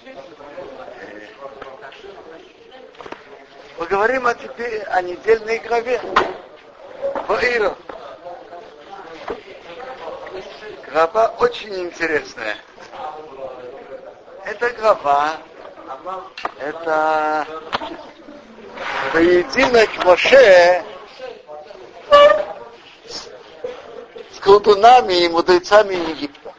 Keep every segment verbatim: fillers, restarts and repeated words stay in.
Поговорим о теперь о недельной главе. Ваиров. Глава очень интересная. Эта глава, это поединок Моше с колдунами и мудрецами Египта.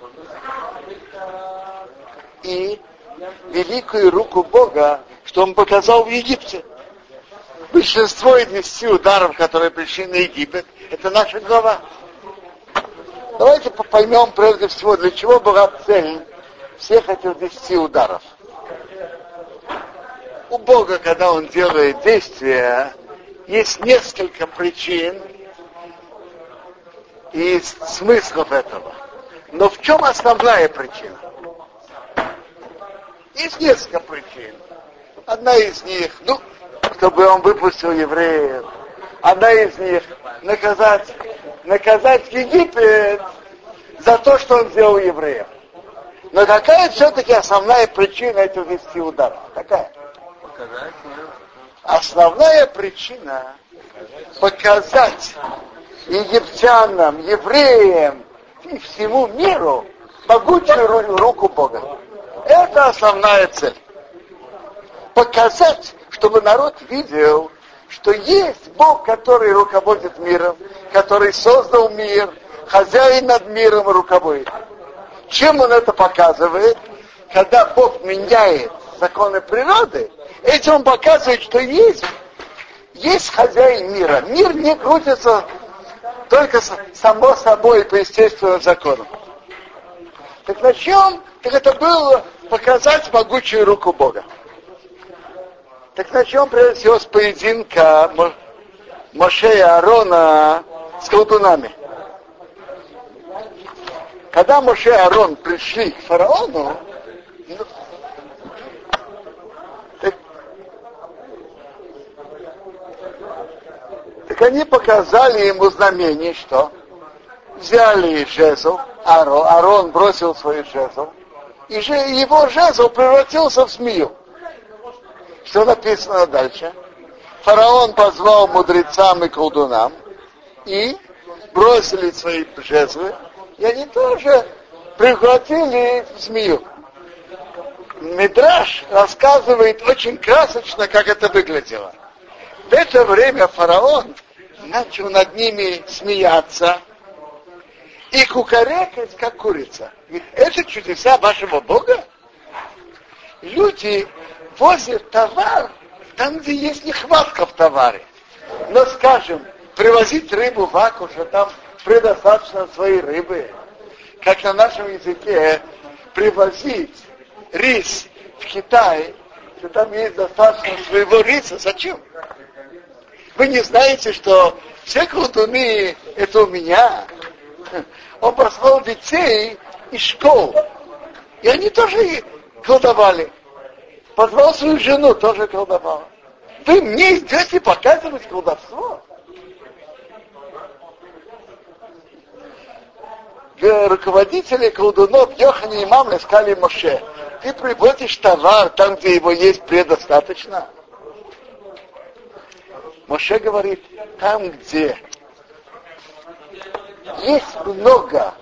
И великую руку Бога, что Он показал в Египте. Большинство из десяти ударов, которые пришли на Египет, это наша глава. Давайте поймем прежде всего, для чего была цель всех этих десяти ударов. У Бога, когда Он делает действия, есть несколько причин и смыслов этого. Но в чем основная причина? Есть несколько причин. Одна из них, ну, чтобы Он выпустил евреев. Одна из них наказать, наказать Египет за то, что Он сделал евреев. Но какая все-таки основная причина этих десяти ударов? Какая? Показать. Основная причина показать египтянам, евреям и всему миру могучую руку Бога. Это основная цель. Показать, чтобы народ видел, что есть Бог, который руководит миром, который создал мир, хозяин над миром и руководит. Чем он это показывает? Когда Бог меняет законы природы, этим он показывает, что есть, есть хозяин мира. Мир не крутится только само собой по естественным законам. Так начнем, так это было показать могучую руку Бога. Так начнем прежде всего с поединка Моше и Аарона с колдунами. Когда Моше и Аарон пришли к фараону, так, так они показали ему знамение, что взяли жезл, Аарон, Аарон бросил свой жезл, и же его жезл превратился в змею. Что написано дальше? Фараон позвал мудрецам и колдунам и бросили свои жезлы, и они тоже превратили в змею. Мидраш рассказывает очень красочно, как это выглядело. В это время фараон начал над ними смеяться и кукарекать, как курица. Ведь это чудеса вашего Бога. Люди возят товар там, где есть нехватка в товаре. Но, скажем, привозить рыбу в Аку, что там предостаточно своей рыбы. Как на нашем языке привозить рис в Китай, что там есть достаточно своего риса. Зачем? Вы не знаете, что все колдуны это у меня. Он послал детей из школ. И они тоже колдовали. Позвал свою жену, тоже колдовала. Вы мне идете показывать колдовство? Руководители колдунов Йохани и Мамле сказали Моше: ты приводишь товар там, где его есть предостаточно. Моше говорит: там, где есть много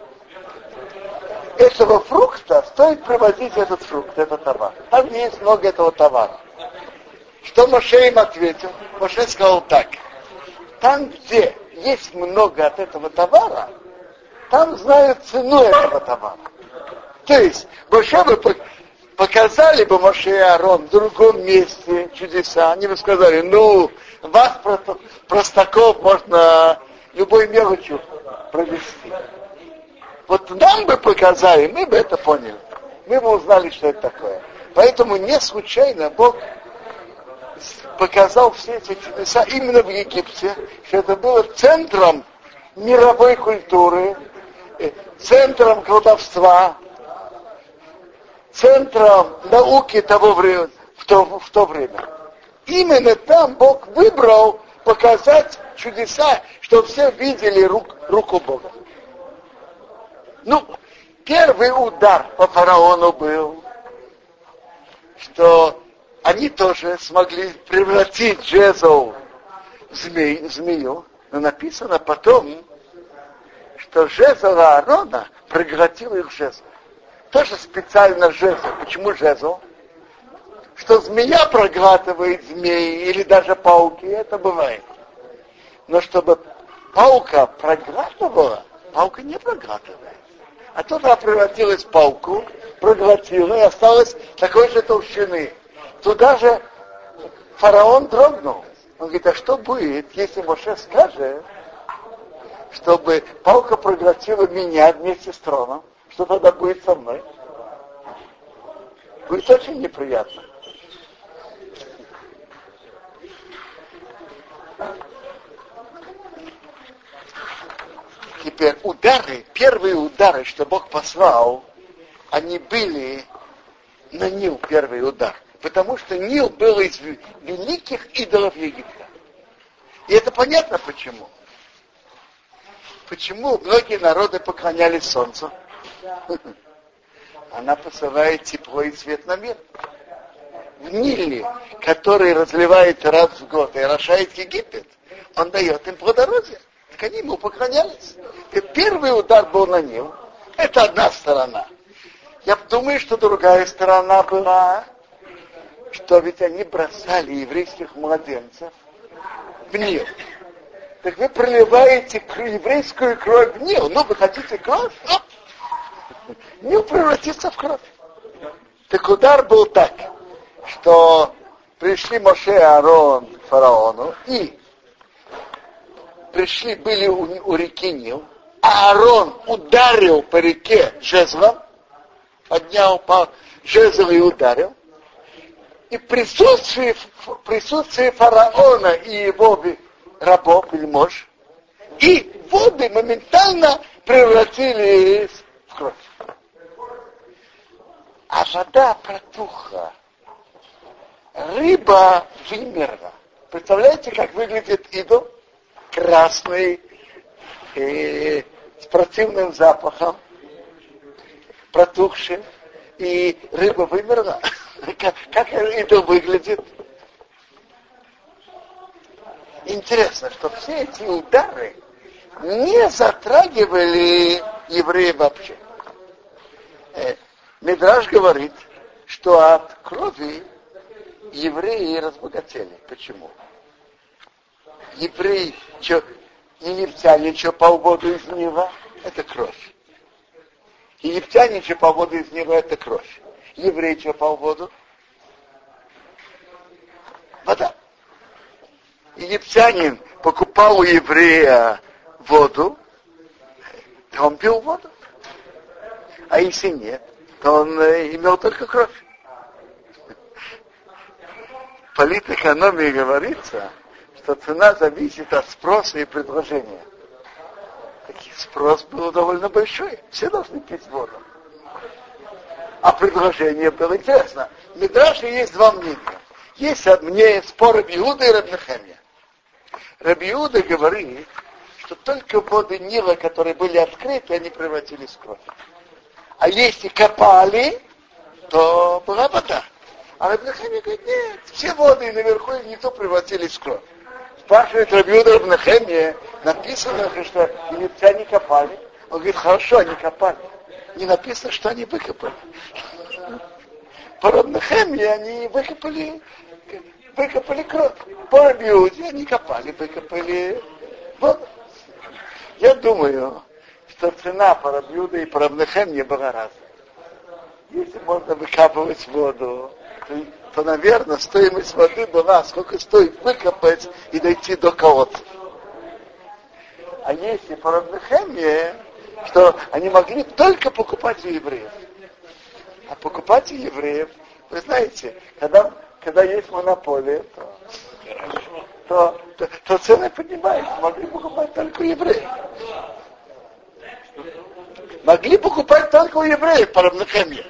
этого фрукта, стоит привозить этот фрукт, этот товар. Там, где есть много этого товара. Что Моше им ответил? Моше сказал так: там, где есть много от этого товара, там знают цену этого товара. То есть, Моше бы показали бы Моше и Аарон в другом месте чудеса, они бы сказали: ну, вас, простаков, можно любой мелочью провести. Вот нам бы показали, мы бы это поняли. Мы бы узнали, что это такое. Поэтому не случайно Бог показал все эти чудеса именно в Египте, что это было центром мировой культуры, центром колдовства, центром науки того времени, в, то, в то время. Именно там Бог выбрал показать чудеса, чтобы все видели рук, руку Бога. Ну, первый удар по фараону был. они тоже смогли превратить жезл в, змей, в змею, но написано потом, что жезл Аарона проглотил их жезл. Тоже специально жезл. Почему жезл? Что змея проглатывает змеи или даже пауки, это бывает. Но чтобы паука проглатывала, паука не проглатывает. А тут она превратилась в пауку, проглотила и осталась такой же толщины. Туда же фараон дрогнул. Он говорит, а что будет, если Моше скажет, чтобы паука проглотила меня вместе с троном? Что тогда будет со мной? Будет очень неприятно. Теперь удары, первые удары, что Бог послал, они были на Нил, первый удар. Потому что Нил был из великих идолов Египта. И это понятно почему. Почему многие народы поклонялись солнцу? Она посылает тепло и свет на мир. В Ниле, который разливает раз в год и орошает Египет, он дает им плодородие. Так они ему поклонялись. И первый удар был на Нил. Это одна сторона. Я думаю, что другая сторона была, что ведь они бросали еврейских младенцев в Нил. Так вы проливаете еврейскую кровь в Нил. Ну, вы хотите кровь? Нил превратится в кровь. Так удар был так, что пришли Моше и Аарон к фараону, и пришли, были у, у реки Нил, а Аарон ударил по реке жезлом, поднял по жезл и ударил, и в присутствии, в присутствии фараона и его рабов, вельмож, и воды моментально превратились в кровь. А вода протухла. Рыба вымерла. Представляете, как выглядит идол? Красный, э, с противным запахом, протухший, и рыба вымерла. Как, как идол выглядит? Интересно, что все эти удары не затрагивали евреев вообще. Э, Мидраш говорит, что от крови евреи разбогатели. Почему? Евреи, что, египтяне, что по воду из Нила, это кровь. Египтяне, что по воду из Нила, это кровь. Евреи, что по воду? Вода. Египтянин покупал у еврея воду, то он пил воду. А если нет, то он э, имел только кровь. В политэкономии говорится, что цена зависит от спроса и предложения. Таких спрос был довольно большой. Все должны пить воду. А предложение было интересно. В Мидраше есть два мнения. Есть мнение спор Раби Иуда и Раби Нехемия. Раби Иуда говорит, что только воды Нила, которые были открыты, они превратились в кровь. А если копали, то была вода. А Раби Нехемия говорит, нет, все воды наверху и внизу превратились в кровь. Спрашивает Раби Иуда Раби Нехемия, написано, что египтяне копали. Он говорит, хорошо, они копали. Не написано, что они выкопали. По Раби Нехемии они выкопали, выкопали кровь. По Раби Иуде они копали, выкопали воду. Я думаю, что цена по Раби Иуде и по Раби Нехемии была разная. Если можно выкапывать воду, то, то, наверное, стоимость воды была, сколько стоит выкопать и дойти до колодца. А если по Раби Нехемии, что они могли только покупать у евреев. А покупать у евреев, вы знаете, когда, когда есть монополия, то, то, то, то цены поднимаются. Могли покупать только у евреев. Могли покупать только у евреев по Раби Нехемии.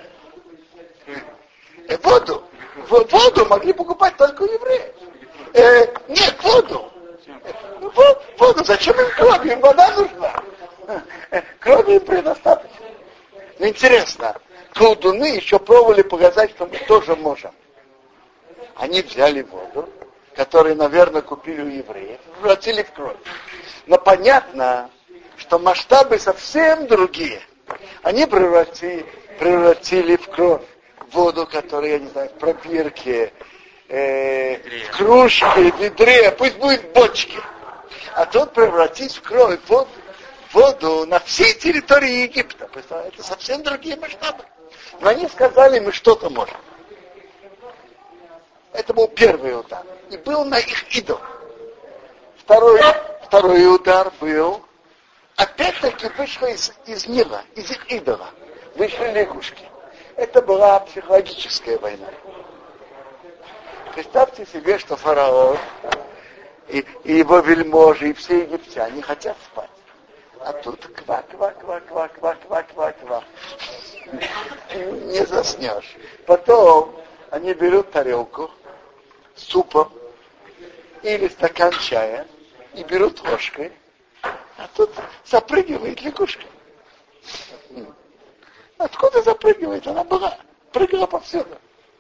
Воду. Воду могли покупать только у евреев. Э, нет, воду. Воду. Зачем им кровь? Им вода нужна. Крови им предостаточно. Но интересно, колдуны еще пробовали показать, что мы тоже можем. Они взяли воду, которую, наверное, купили у евреев, превратили в кровь. Но понятно, что масштабы совсем другие. Они превратили, превратили в кровь воду, которую, я не знаю, в пробирке, э, в кружке, в ведре, пусть будет в бочке. А тут превратить в кровь воду, воду на всей территории Египта. Это совсем другие масштабы. Но они сказали, мы что-то можем. Это был первый удар. И был на их идол. Второй, второй удар был, опять-таки вышло из, из Нила, из их идола. Вышли лягушки. Это была психологическая война. Представьте себе, что фараон и, и его вельможи, и все египтяне хотят спать. А тут ква-ква-ква-ква-ква-ква-ква-ква. Не заснешь. Потом они берут тарелку с супом или стакан чая и берут ложкой, а тут запрыгивает лягушка. Откуда запрыгивает? Она была, прыгала повсюду.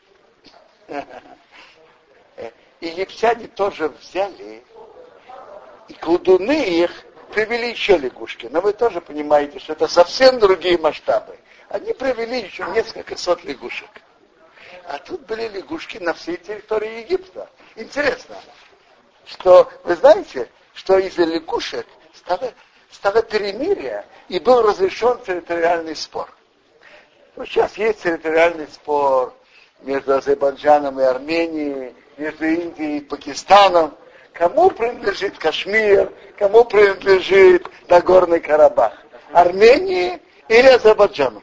Египтяне тоже взяли, и колдуны их привели еще лягушки. Но вы тоже понимаете, что это совсем другие масштабы. Они привели еще несколько сот лягушек. А тут были лягушки на всей территории Египта. Интересно, что, вы знаете, что из-за лягушек стало, стало перемирие, и был разрешен территориальный спор. Ну, сейчас есть территориальный спор между Азербайджаном и Арменией, между Индией и Пакистаном. Кому принадлежит Кашмир, кому принадлежит Нагорный Карабах? Армении или Азербайджану?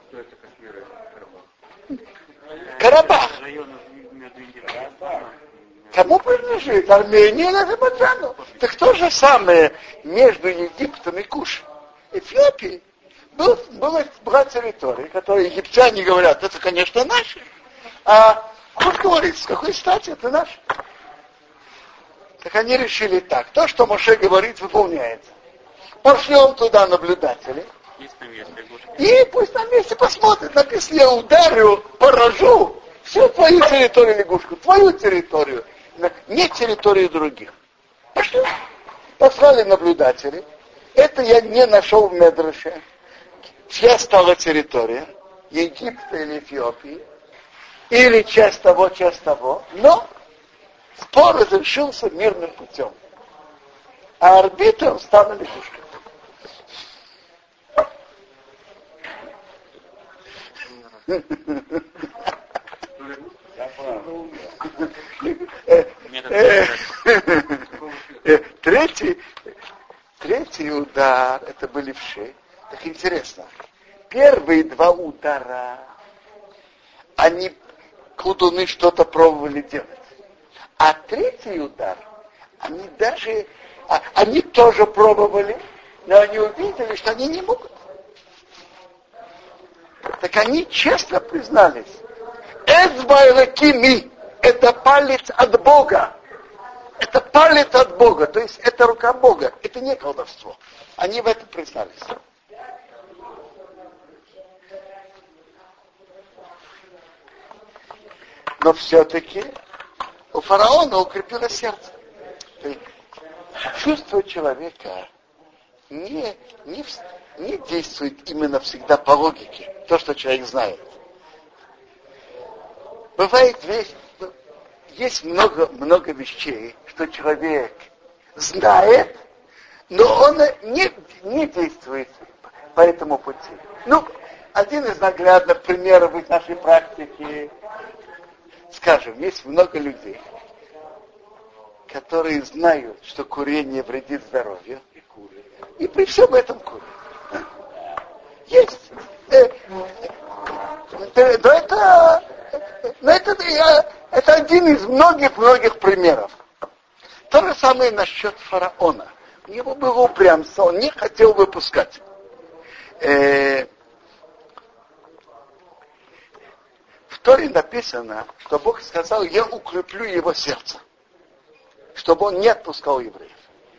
Карабах. Кому принадлежит? Армении или Азербайджану? Так то же самое между Египтом и Куш. Эфиопией. Был, была, была территория, которую египтяне говорят, это, конечно, наши. А Куш говорит, с какой стати это наш? Так они решили так. То, что Моше говорит, выполняется. Пошлем туда наблюдателей. И пусть на месте посмотрят. Так если я ударю, поражу всю твою территорию лягушку, твою территорию, не территорию других. Пошли. Послали наблюдателей. Это я не нашел в Медреше. Чья стала территория? Египта или Эфиопии? Или часть того, часть того. Но спор разрешился мирным путем. А арбитром стала лягушка. Третий, третий удар, это были вши. Так интересно. Первые два удара, они, колдуны, что-то пробовали делать. А третий удар, они даже, а, они тоже пробовали, но они увидели, что они не могут. Так они честно признались. Эцбайлакими, это палец от Бога. Это палец от Бога, то есть это рука Бога. Это не колдовство. Они в этом признались. Но все-таки у фараона укрепилось сердце. Чувство человека не, не, не действует именно всегда по логике, то, что человек знает. Бывает вещь, есть много, много вещей, что человек знает, но он не, не действует по этому пути. Ну, один из наглядных примеров из нашей практики, скажем, есть много людей, которые знают, что курение вредит здоровью, и при всем этом курят. Есть. Э, э, но это, но это, я, это один из многих-многих примеров. То же самое насчет фараона. У него было упрямство, он не хотел выпускать. Э, в Торе написано, что Бог сказал, я укреплю его сердце, чтобы он не отпускал евреев.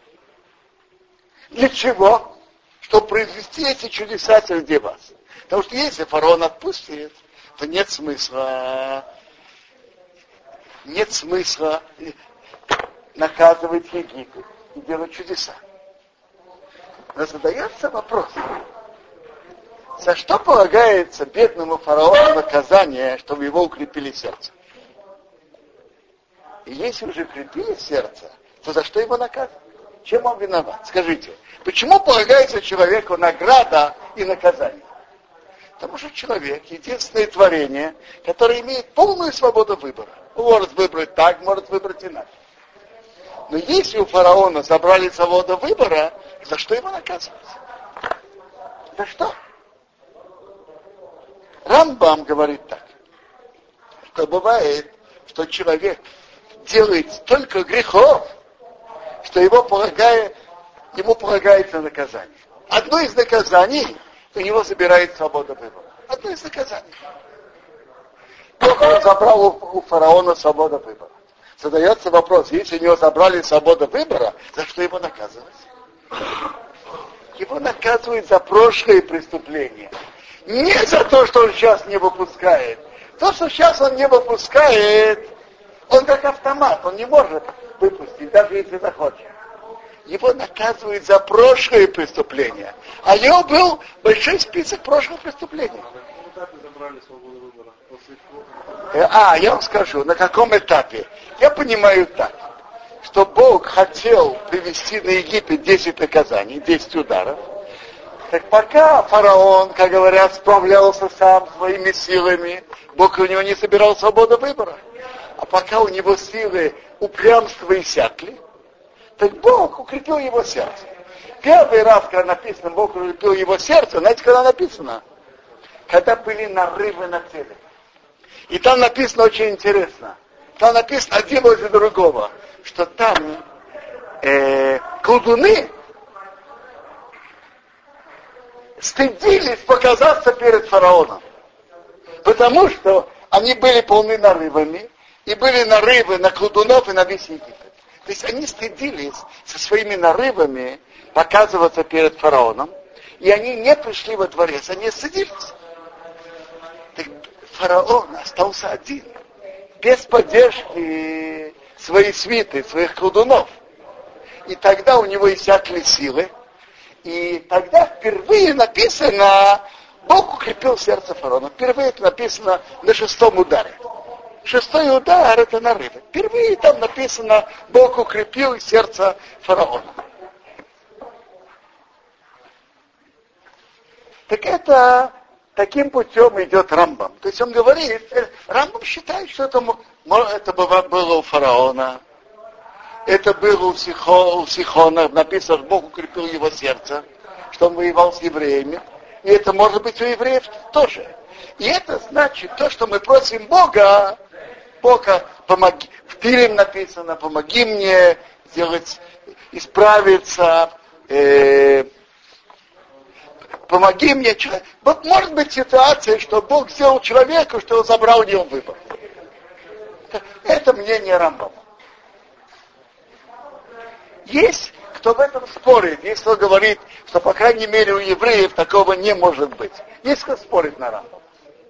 Для чего? Чтобы произвести эти чудеса среди вас. Потому что если фараон отпустит, то нет смысла. нет смысла наказывать Египет и делать чудеса. Но задается вопрос, за что полагается бедному фараону наказание, чтобы его укрепили сердце? И если уже укрепили сердце, то за что его наказывать? Чем он виноват? Скажите, почему полагается человеку награда и наказание? Потому что человек — единственное творение, которое имеет полную свободу выбора. Он может выбрать так, может выбрать иначе. Но если у фараона забрали свободу выбора, за что его наказывать? За что? Рамбам говорит так, что бывает, что человек делает столько грехов, что его полагает, ему полагается наказание. Одно из наказаний — у него забирает свободу выбора. Одно из наказаний. Бог он забрал у, у фараона свободу выбора. Задается вопрос, если у него забрали свободу выбора, за что его наказывать? Его наказывают за прошлые преступления. Не за то, что он сейчас не выпускает. То, что сейчас он не выпускает, он как автомат, он не может выпустить, даже если захочет. Его наказывают за прошлые преступления. А у него был большой список прошлых преступлений. А, я вам скажу, на каком этапе. Я понимаю так, что Бог хотел привести на Египет десять наказаний, десять ударов. Так пока фараон, как говорят, справлялся сам своими силами, Бог у него не собирал свободу выбора. А пока у него силы упрямства иссякли, так Бог укрепил его сердце. Первый раз, когда написано, Бог укрепил его сердце, знаете, когда написано? Когда были нарывы на цели. И там написано очень интересно. Там написано один возле другого, что там э, колдуны стыдились показаться перед фараоном. Потому что они были полны нарывами, и были нарывы на колдунов и на весь Египет. То есть они стыдились со своими нарывами показываться перед фараоном, и они не пришли во дворец, они стыдились. Так фараон остался один, без поддержки своей свиты, своих колдунов. И тогда у него иссякли силы, и тогда впервые написано, Бог укрепил сердце фараона. Впервые это написано на шестом ударе. Шестой удар — это нарывы. Впервые там написано, Бог укрепил сердце фараона. Так это таким путем идет Рамбам. То есть он говорит, Рамбам считает, что это, это было у фараона, это было у, Сихо, у Сихона, написано, Бог укрепил его сердце, что он воевал с евреями, и это может быть у евреев тоже. И это значит то, что мы просим Бога, Бога, помоги, в Тилим написано, помоги мне сделать, исправиться, э, помоги мне. Вот может быть ситуация, что Бог сделал человеку, что он забрал у него выбор. Это мнение Рамбама. Есть кто в этом спорит, есть кто говорит, что по крайней мере у евреев такого не может быть. Есть кто спорит на Рамбам.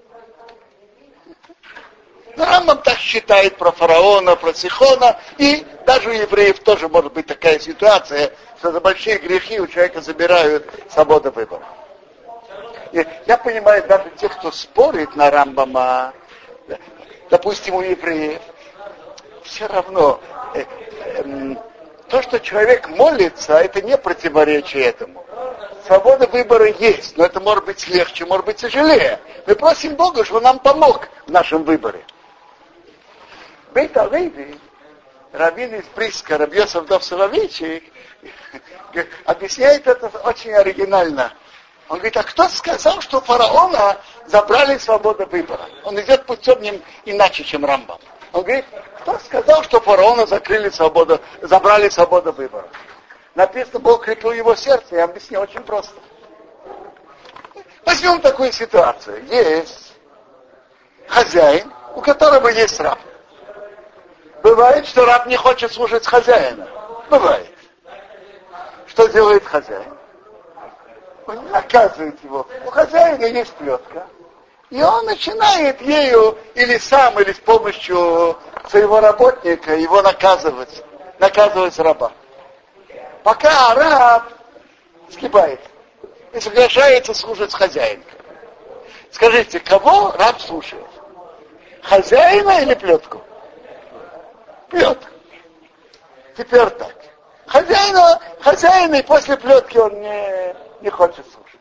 Но Рамбам так считает про фараона, про Сихона, и даже у евреев тоже может быть такая ситуация, что за большие грехи у человека забирают свободу выбора. И я понимаю, даже тех, кто спорит на Рамбама, допустим, у евреев, все равно э, э, то, что человек молится, это не противоречие этому. Свобода выбора есть, но это может быть легче, может быть тяжелее. Мы просим Бога, чтобы он нам помог в нашем выборе. Бейт Алеви, раввин из Приска, Рав Йосеф дов Соловейчик, объясняет это очень оригинально. Он говорит, а кто сказал, что фараона забрали свободу выбора? Он идет путем ним иначе, чем Рамбам. Он говорит, кто сказал, что фараона закрыли свободу, забрали свободу выбора? Написано, Бог укрепил его сердце. Я объясню очень просто. Возьмем такую ситуацию. Есть хозяин, у которого есть раб. Бывает, что раб не хочет слушать хозяина. Бывает. Что делает хозяин? Он наказывает его. У хозяина есть плетка. И он начинает ею или сам, или с помощью своего работника, его наказывать, наказывать раба. Пока раб сгибает и соглашается слушать хозяина. Скажите, кого раб слушает? Хозяина или плетку? Плетку. Теперь так. Хозяина, хозяина и после плетки он не, не хочет слушать.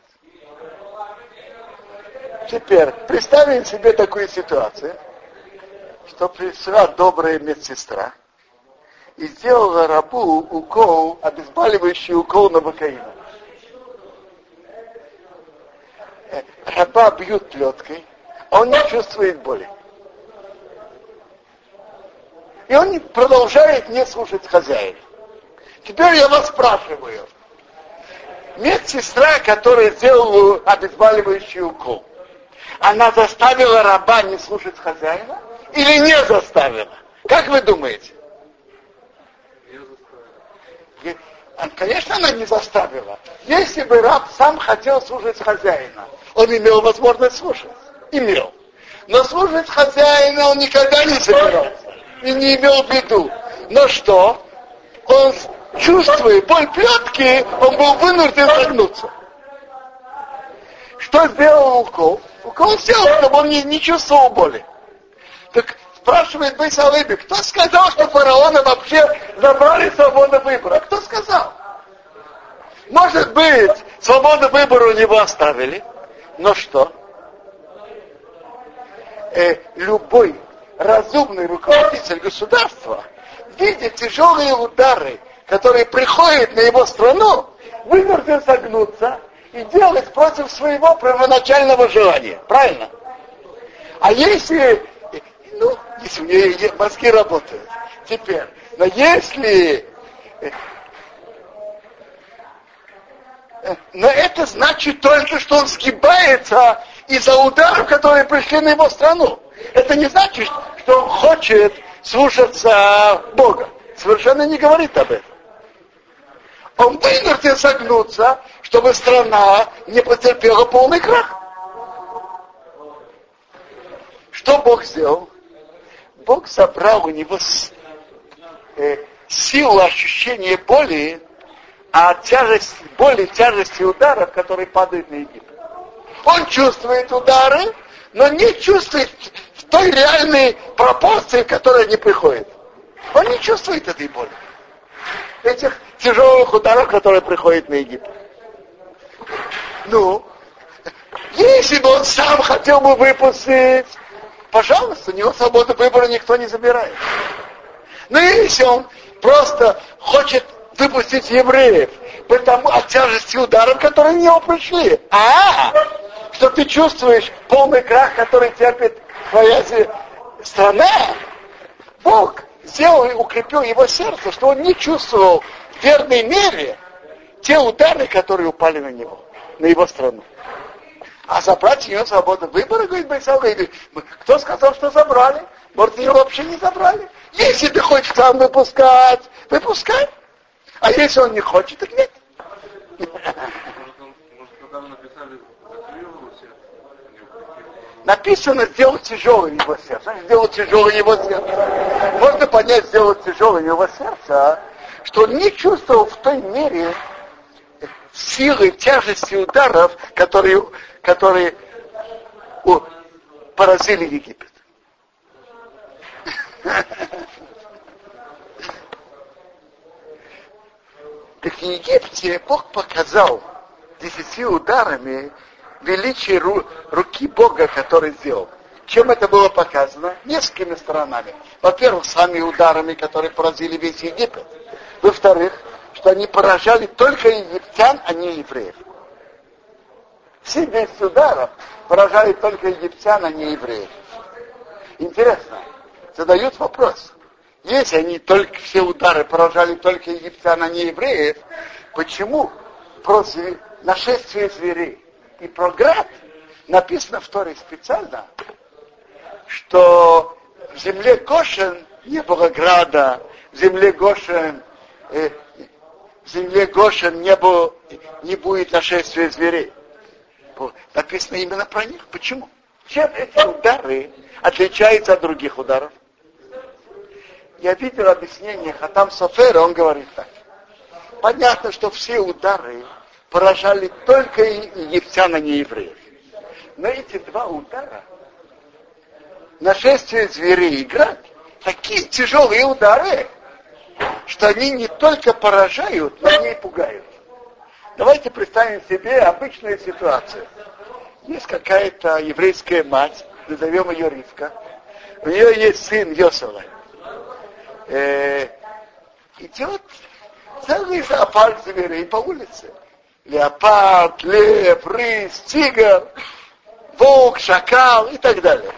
Теперь представим себе такую ситуацию, что пришла добрая медсестра и сделала рабу укол, обезболивающий укол новокаина. Раба бьют плеткой, а он не чувствует боли. И он продолжает не слушать хозяина. Теперь я вас спрашиваю. Медсестра, которая сделала обезболивающий укол, она заставила раба не слушать хозяина или не заставила? Как вы думаете? Конечно, она не заставила. Если бы раб сам хотел слушать хозяина, он имел возможность слушать. Имел. Но слушать хозяина он никогда не собирался. И не имел в виду. Но что? Он, чувствуя боль плетки, он был вынужден согнуться. Что сделал укол? Укол сделал, чтобы он не, не чувствовал боли. Так спрашивает Бейс Алеби, кто сказал, что фараона вообще забрали свободу выбора? Кто сказал? Может быть, свободу выбора у него оставили. Но что? Э, любой разумный руководитель государства, видя тяжелые удары, которые приходят на его страну, вынужден согнуться и делать против своего первоначального желания. Правильно? А если, ну, если у нее мозги работают, теперь, но если, но это значит только, что он сгибается из-за ударов, которые пришли на его страну. Это не значит, что он хочет слушаться Бога. Совершенно не говорит об этом. Он вынужден согнуться, чтобы страна не потерпела полный крах. Что Бог сделал? Бог забрал у него э, силу ощущения боли, а тяжесть боли, тяжести ударов, которые падают на Египет. Он чувствует удары, но не чувствует в той реальной пропорции, в которой они приходят. Он не чувствует этой боли. Этих тяжелых ударов, которые приходят на Египет. Ну, если бы он сам хотел бы выпустить, пожалуйста, у него свободу выбора никто не забирает. Но если он просто хочет выпустить евреев, потому от тяжести ударов, которые на него пришли, а что ты чувствуешь полный крах, который терпит твоя страна, Бог сделал и укрепил его сердце, что он не чувствовал в верной мере те удары, которые упали на него, на его страну. А забрать ее свободу выбора, говорит Байсал, говорит, кто сказал, что забрали? Может, ее вообще не забрали? Если ты хочешь сам выпускать, выпускай. А если он не хочет, так нет. Написано, сделать тяжелым его сердце. Сделать тяжелым его сердце. Можно понять, сделать тяжелым его сердце, что он не чувствовал в той мере силы, тяжести ударов, которые, которые о, поразили Египет. Так в Египте Бог показал десяти ударами величие ру, руки Бога, который сделал. Чем это было показано? Несколькими сторонами. Во-первых, сами ударами, которые поразили весь Египет. Во-вторых, что они поражали только египтян, а не евреев. Все десять ударов поражали только египтян, а не евреев. Интересно, задают вопрос. Если они только все удары поражали только египтян, а не евреев, почему про нашествие зверей и про град написано в Торе специально, что в земле Гошен не было града, в земле Гошен, э, в земле Гошен не, было, не будет нашествия зверей. Написано именно про них. Почему? Чем эти удары отличаются от других ударов? я видел объяснение Хатам Софера, он говорит так. Понятно, что все удары поражали только египтян, а не евреев. Но эти два удара, нашествие зверей и град, такие тяжелые удары, что они не только поражают, но и пугают. Давайте представим себе обычную ситуацию. Есть какая-то еврейская мать, назовем ее Ривка. У нее есть сын Йосефа. Э, идет целый зоопарк зверей по улице. Леопард, лев, рысь, тигр, волк, шакал и так далее.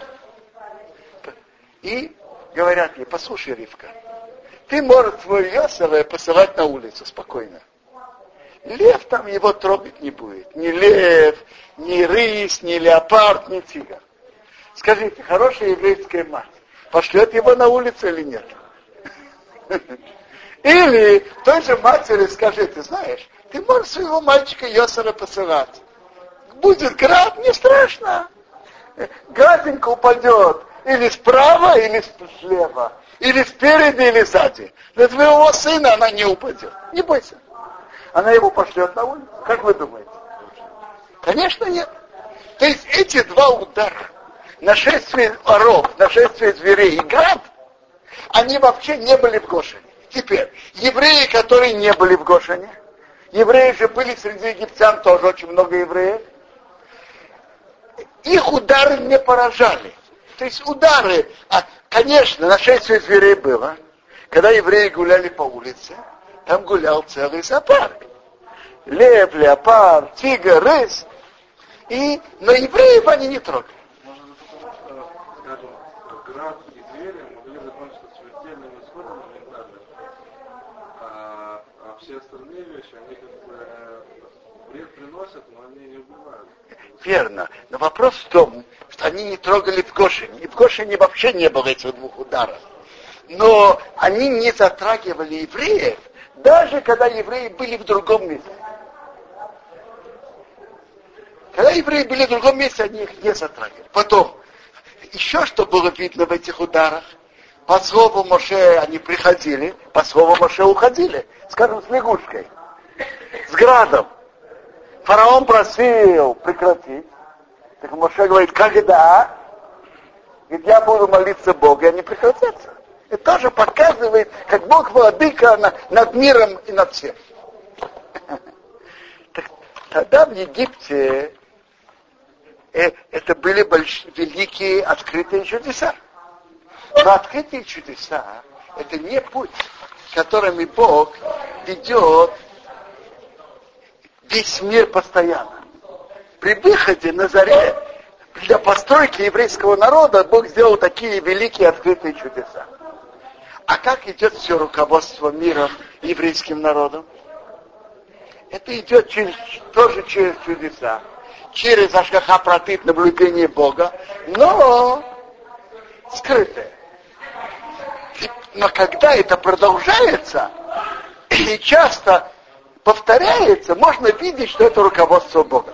И говорят ей: послушай, Ривка, ты можешь свой Йосефа посылать на улицу спокойно. Лев там его трогать не будет. Ни лев, ни рысь, ни леопард, ни тигр. Скажите, хорошая еврейская мать пошлет его на улицу или нет? Или той же матери скажите: знаешь, ты можешь своего мальчика Йосефа посылать. Будет град, не страшно. Гаденька упадет или справа, или слева, или спереди, или сзади. Для твоего сына она не упадет. Не бойся. Она его пошлет на улицу. Как вы думаете? Конечно, нет. То есть эти два удара, нашествие оров, нашествие зверей и град, они вообще не были в Гошене. Теперь, евреи, которые не были в Гошене, евреи же были среди египтян, тоже очень много евреев, их удары не поражали. То есть удары, а, конечно, нашествие зверей было, когда евреи гуляли по улице, там гулял целый зоопарк. Лев, леопард, тигр, рысь. И, но евреев они не трогали. Можно, скажем, град и звери могли закончиться смертельным исходом элементарно. А, а все остальные вещи, они как бы вред приносят, но они не убивают. Верно. Но вопрос в том, что они не трогали в Гошене. И в Гошене вообще не было этих двух ударов. Но они не затрагивали евреев, даже когда евреи были в другом месте. Когда евреи были в другом месте, они их не затрагивали. Потом, еще что было видно в этих ударах, по слову Моше они приходили, по слову Моше уходили. Скажем, с лягушкой, с градом. Фараон просил прекратить. Так Моше говорит: когда? Ведь я буду молиться Богу, и они прекратятся. Это тоже показывает, как Бог владыка над миром и над всем. Так, тогда в Египте э, это были большие, великие открытые чудеса. Но открытые чудеса — это не путь, которыми Бог ведет весь мир постоянно. При выходе на заре для постройки еврейского народа Бог сделал такие великие открытые чудеса. А как идет все руководство миром еврейским народом? Это идет через, тоже через чудеса, через ашгаха пратит, наблюдение Бога, но скрытое. Но когда это продолжается и часто повторяется, можно видеть, что это руководство Бога.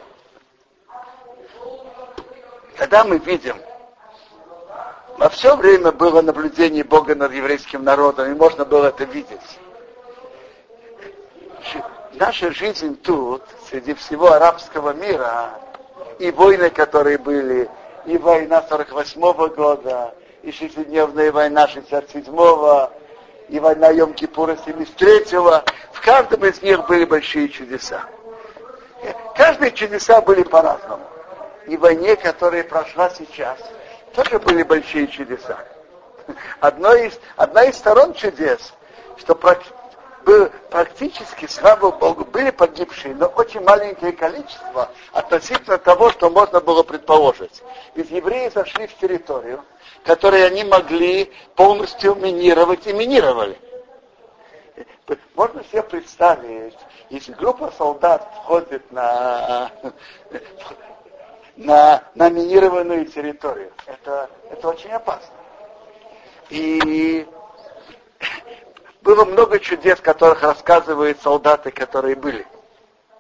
Тогда мы видим, во все время было наблюдение Бога над еврейским народом, и можно было это видеть. Наша жизнь тут, среди всего арабского мира, и войны, которые были, и война сорок восьмого года, и шестидневная война шестьдесят седьмого, и война Йом-Кипура семьдесят третьего, в каждом из них были большие чудеса. Каждые чудеса были по-разному. И в войне, которая прошла сейчас, тоже были большие чудеса. Одно из, одна из сторон чудес, что практически, слава Богу, были погибшие, но очень маленькое количество относительно того, что можно было предположить. Ведь евреи зашли в территорию, которую они могли полностью минировать, и минировали. Можно себе представить, если группа солдат входит на, на, на минированную территорию, это, это очень опасно. И было много чудес, которых рассказывают солдаты, которые были.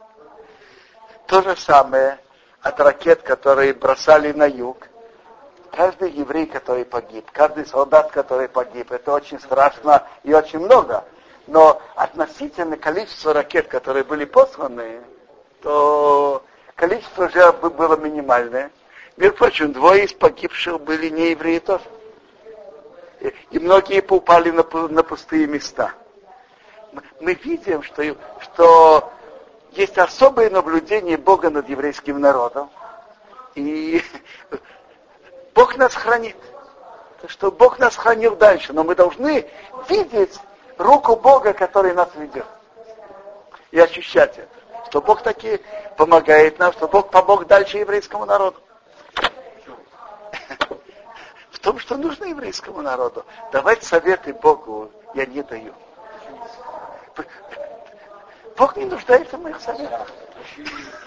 То же самое от ракет, которые бросали на юг. каждый еврей, который погиб, каждый солдат, который погиб, это очень страшно и очень много. Но относительно количества ракет, которые были посланы, то количество уже было минимальное. Между прочим, двое из погибших были не евреи тоже. И, и многие попали на, на пустые места. Мы видим, что, что есть особое наблюдение Бога над еврейским народом. И Бог нас хранит. Что Бог нас хранил дальше. Но мы должны видеть руку Бога, который нас ведет. И ощущать это. Что Бог таки помогает нам, что Бог помог дальше еврейскому народу. В том, что нужно еврейскому народу. Давать советы Богу я не даю. Бог не нуждается в моих советах.